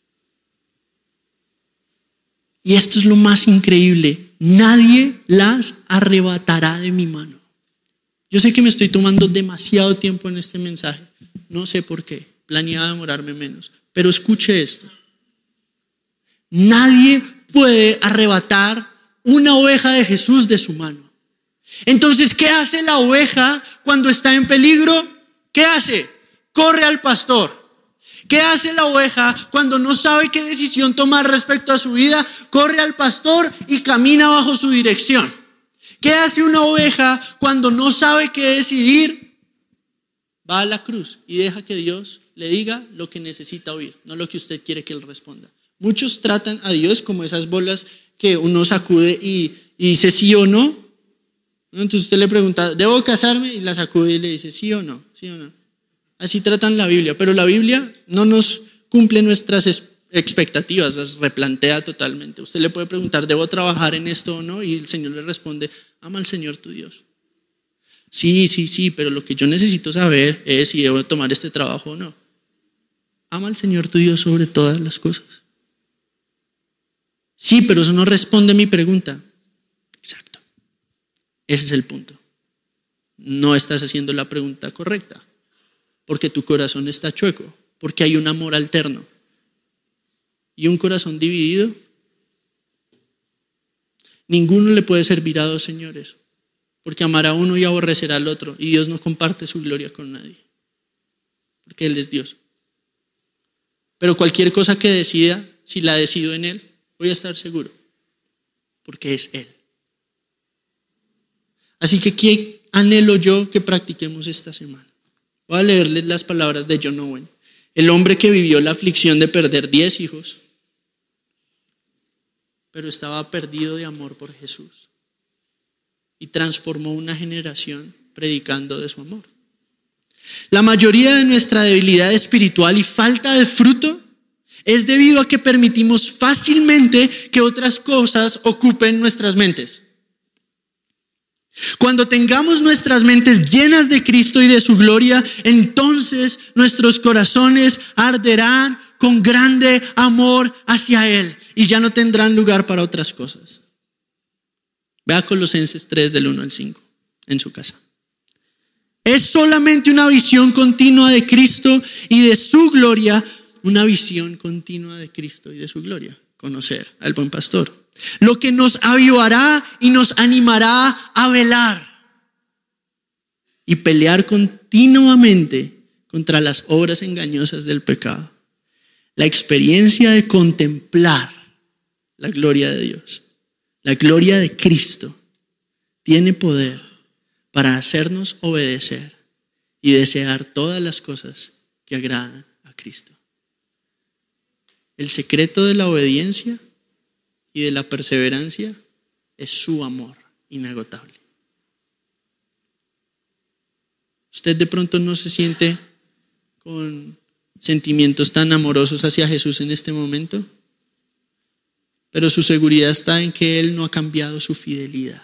S1: Y esto es lo más increíble. Nadie las arrebatará de mi mano. Yo sé que me estoy tomando demasiado tiempo en este mensaje. No sé por qué. Planeaba demorarme menos. Pero escuche esto. Nadie puede arrebatar una oveja de Jesús de su mano. Entonces, ¿qué hace la oveja cuando está en peligro? ¿Qué hace? Corre al pastor. ¿Qué hace la oveja cuando no sabe qué decisión tomar respecto a su vida? Corre al pastor y camina bajo su dirección. ¿Qué hace una oveja cuando no sabe qué decidir? Va a la cruz y deja que Dios le diga lo que necesita oír, no lo que usted quiere que él responda. Muchos tratan a Dios como esas bolas que uno sacude y dice sí o no. Entonces usted le pregunta, ¿debo casarme? Y la sacude y le dice sí o no, sí o no. Así tratan la Biblia, pero la Biblia no nos cumple nuestras expectativas, las replantea totalmente. Usted le puede preguntar, ¿debo trabajar en esto o no? Y el Señor le responde, ama al Señor tu Dios. Sí, pero lo que yo necesito saber es si debo tomar este trabajo o no. Ama al Señor tu Dios sobre todas las cosas. Sí, pero eso no responde a mi pregunta. Exacto. Ese es el punto. No estás haciendo la pregunta correcta, porque tu corazón está chueco, porque hay un amor alterno. Y un corazón dividido, ninguno le puede servir a dos señores, porque amará a uno y aborrecerá al otro, y Dios no comparte su gloria con nadie, porque Él es Dios. Pero cualquier cosa que decida, si la decido en Él, voy a estar seguro, porque es Él. Así que, ¿qué anhelo yo que practiquemos esta semana? Voy a leerles las palabras de John Owen, el hombre que vivió la aflicción de perder 10 hijos, pero estaba perdido de amor por Jesús y transformó una generación predicando de su amor. La mayoría de nuestra debilidad espiritual y falta de fruto es debido a que permitimos fácilmente que otras cosas ocupen nuestras mentes. Cuando tengamos nuestras mentes llenas de Cristo y de su gloria, entonces nuestros corazones arderán con grande amor hacia Él y ya no tendrán lugar para otras cosas. Vea Colosenses 3 del 1 al 5 en su casa. Es solamente una visión continua de Cristo y de su gloria, una visión continua de Cristo y de su gloria, conocer al buen pastor. Lo que nos avivará y nos animará a velar y pelear continuamente contra las obras engañosas del pecado. La experiencia de contemplar la gloria de Dios, la gloria de Cristo, tiene poder para hacernos obedecer y desear todas las cosas que agradan a Cristo. El secreto de la obediencia y de la perseverancia es su amor inagotable. Usted de pronto no se siente con sentimientos tan amorosos hacia Jesús en este momento, pero su seguridad está en que Él no ha cambiado su fidelidad.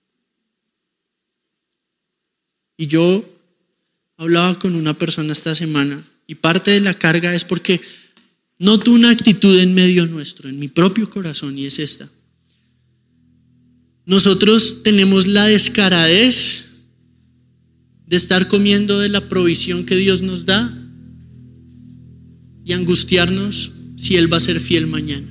S1: Y yo hablaba con una persona esta semana y parte de la carga es porque noto una actitud en medio nuestro, en mi propio corazón, y es esta. Nosotros tenemos la descaradez de estar comiendo de la provisión que Dios nos da y angustiarnos si Él va a ser fiel mañana.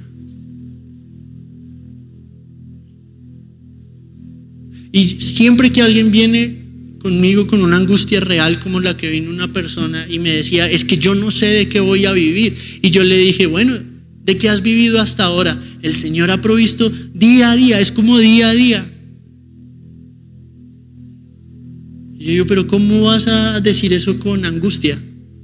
S1: Y siempre que alguien viene conmigo con una angustia real como la que vino una persona y me decía, es que yo no sé de qué voy a vivir. Y yo le dije, bueno, ¿de qué has vivido hasta ahora? El Señor ha provisto día a día, es como día a día. Y yo digo, pero ¿cómo vas a decir eso con angustia?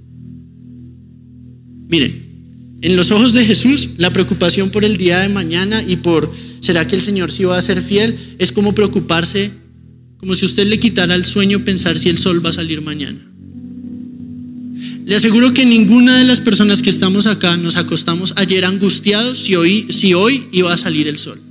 S1: Miren, en los ojos de Jesús, la preocupación por el día de mañana y por ¿será que el Señor sí va a ser fiel? Es como preocuparse, como si usted le quitara el sueño pensar si el sol va a salir mañana. Le aseguro que ninguna de las personas que estamos acá nos acostamos ayer angustiados si hoy iba a salir el sol.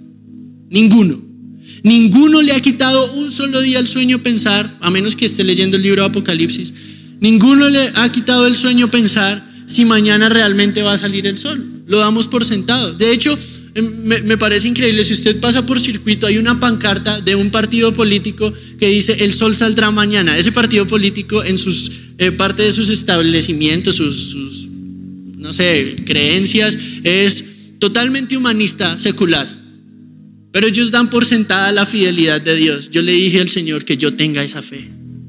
S1: Ninguno le ha quitado un solo día el sueño pensar, a menos que esté leyendo el libro de Apocalipsis, ninguno le ha quitado el sueño pensar si mañana realmente va a salir el sol. Lo damos por sentado. De hecho, me parece increíble, si usted pasa por circuito, hay una pancarta de un partido político que dice el sol saldrá mañana. Ese partido político en sus parte de sus establecimientos, sus no sé, creencias, es totalmente humanista, secular. Pero ellos dan por sentada la fidelidad de Dios. Yo le dije al Señor que yo tenga esa fe.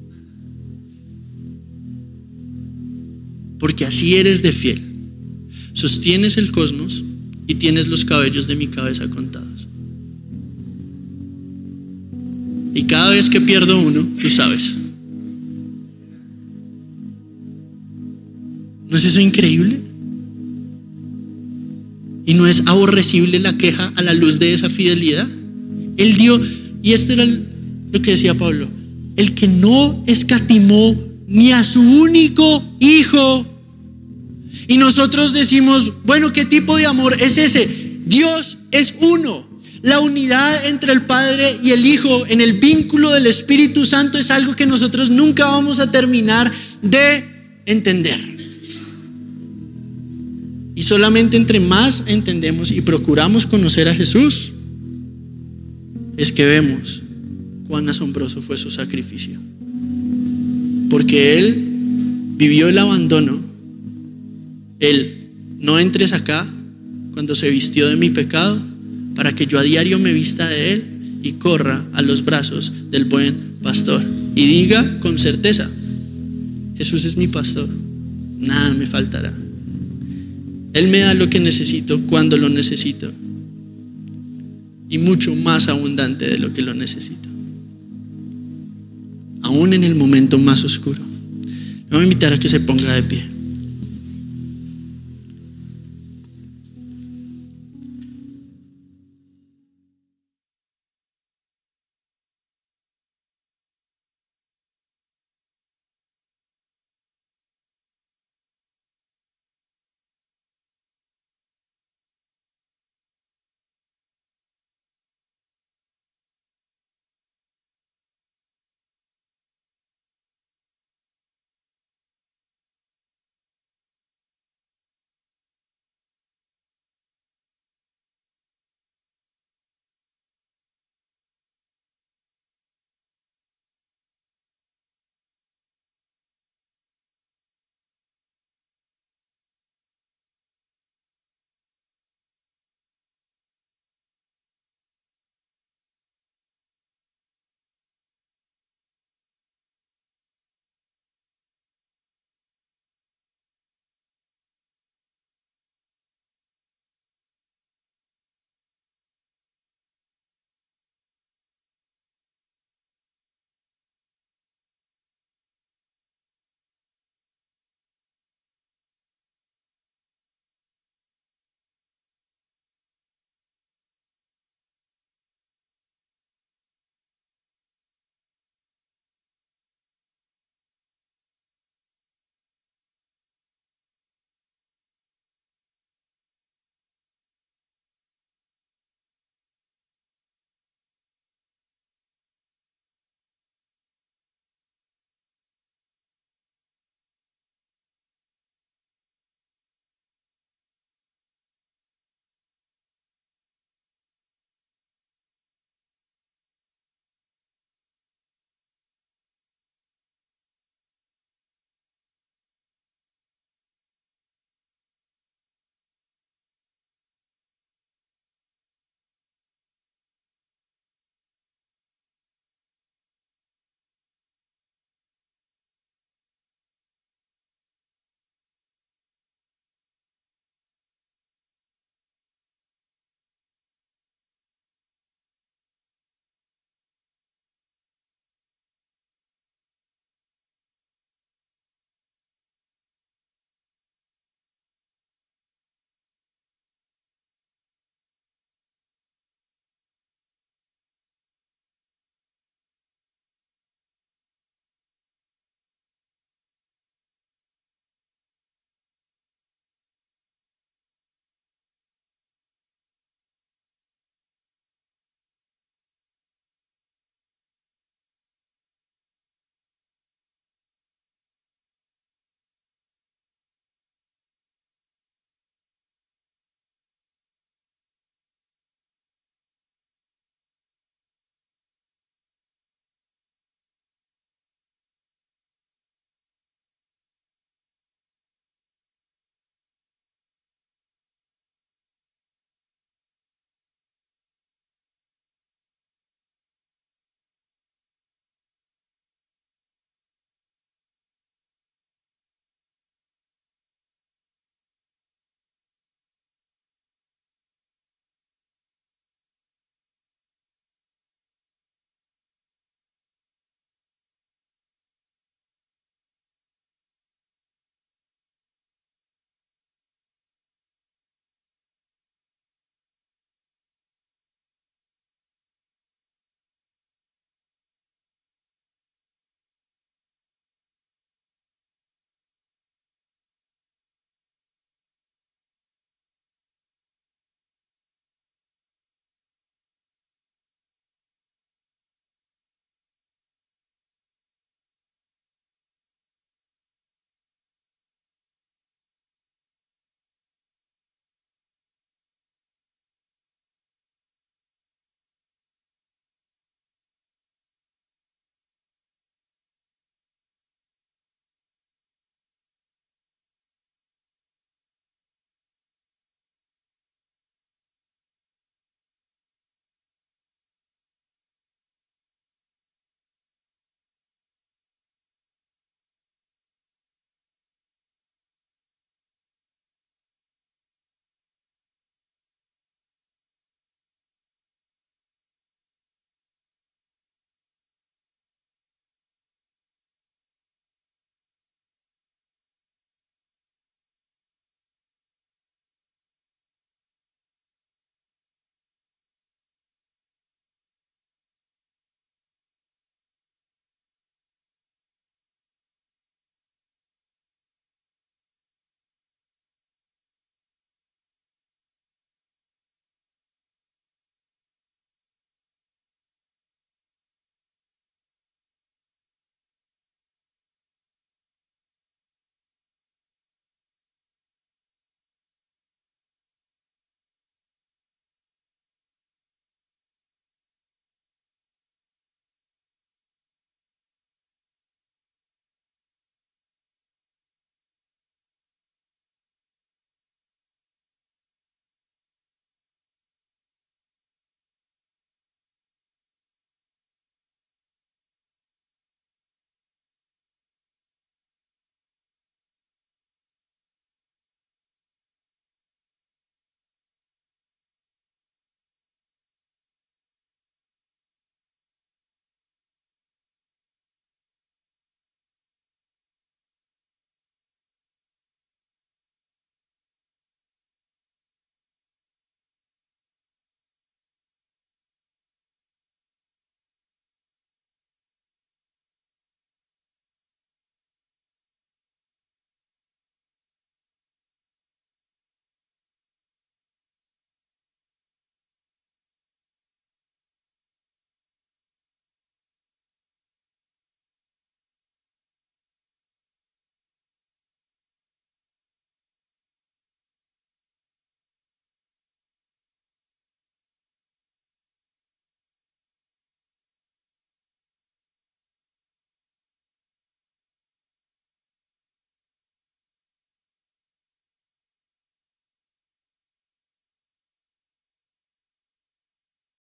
S1: Porque así eres de fiel. Sostienes el cosmos y tienes los cabellos de mi cabeza contados. Y cada vez que pierdo uno, tú sabes. ¿No es eso increíble? ¿Y no es aborrecible la queja a la luz de esa fidelidad? Él dio, y esto era lo que decía Pablo, el que no escatimó ni a su único hijo. Y nosotros decimos, bueno, ¿qué tipo de amor es ese? Dios es uno. La unidad entre el Padre y el Hijo en el vínculo del Espíritu Santo es algo que nosotros nunca vamos a terminar de entender. Y solamente entre más entendemos y procuramos conocer a Jesús, es que vemos cuán asombroso fue su sacrificio. Porque Él vivió el abandono. Él, no entres acá, cuando se vistió de mi pecado, para que yo a diario me vista de Él y corra a los brazos del buen pastor y diga con certeza: Jesús es mi pastor, nada me faltará. Él me da lo que necesito cuando lo necesito, y mucho más abundante de lo que lo necesito, aún en el momento más oscuro. Le voy a invitar a que se ponga de pie.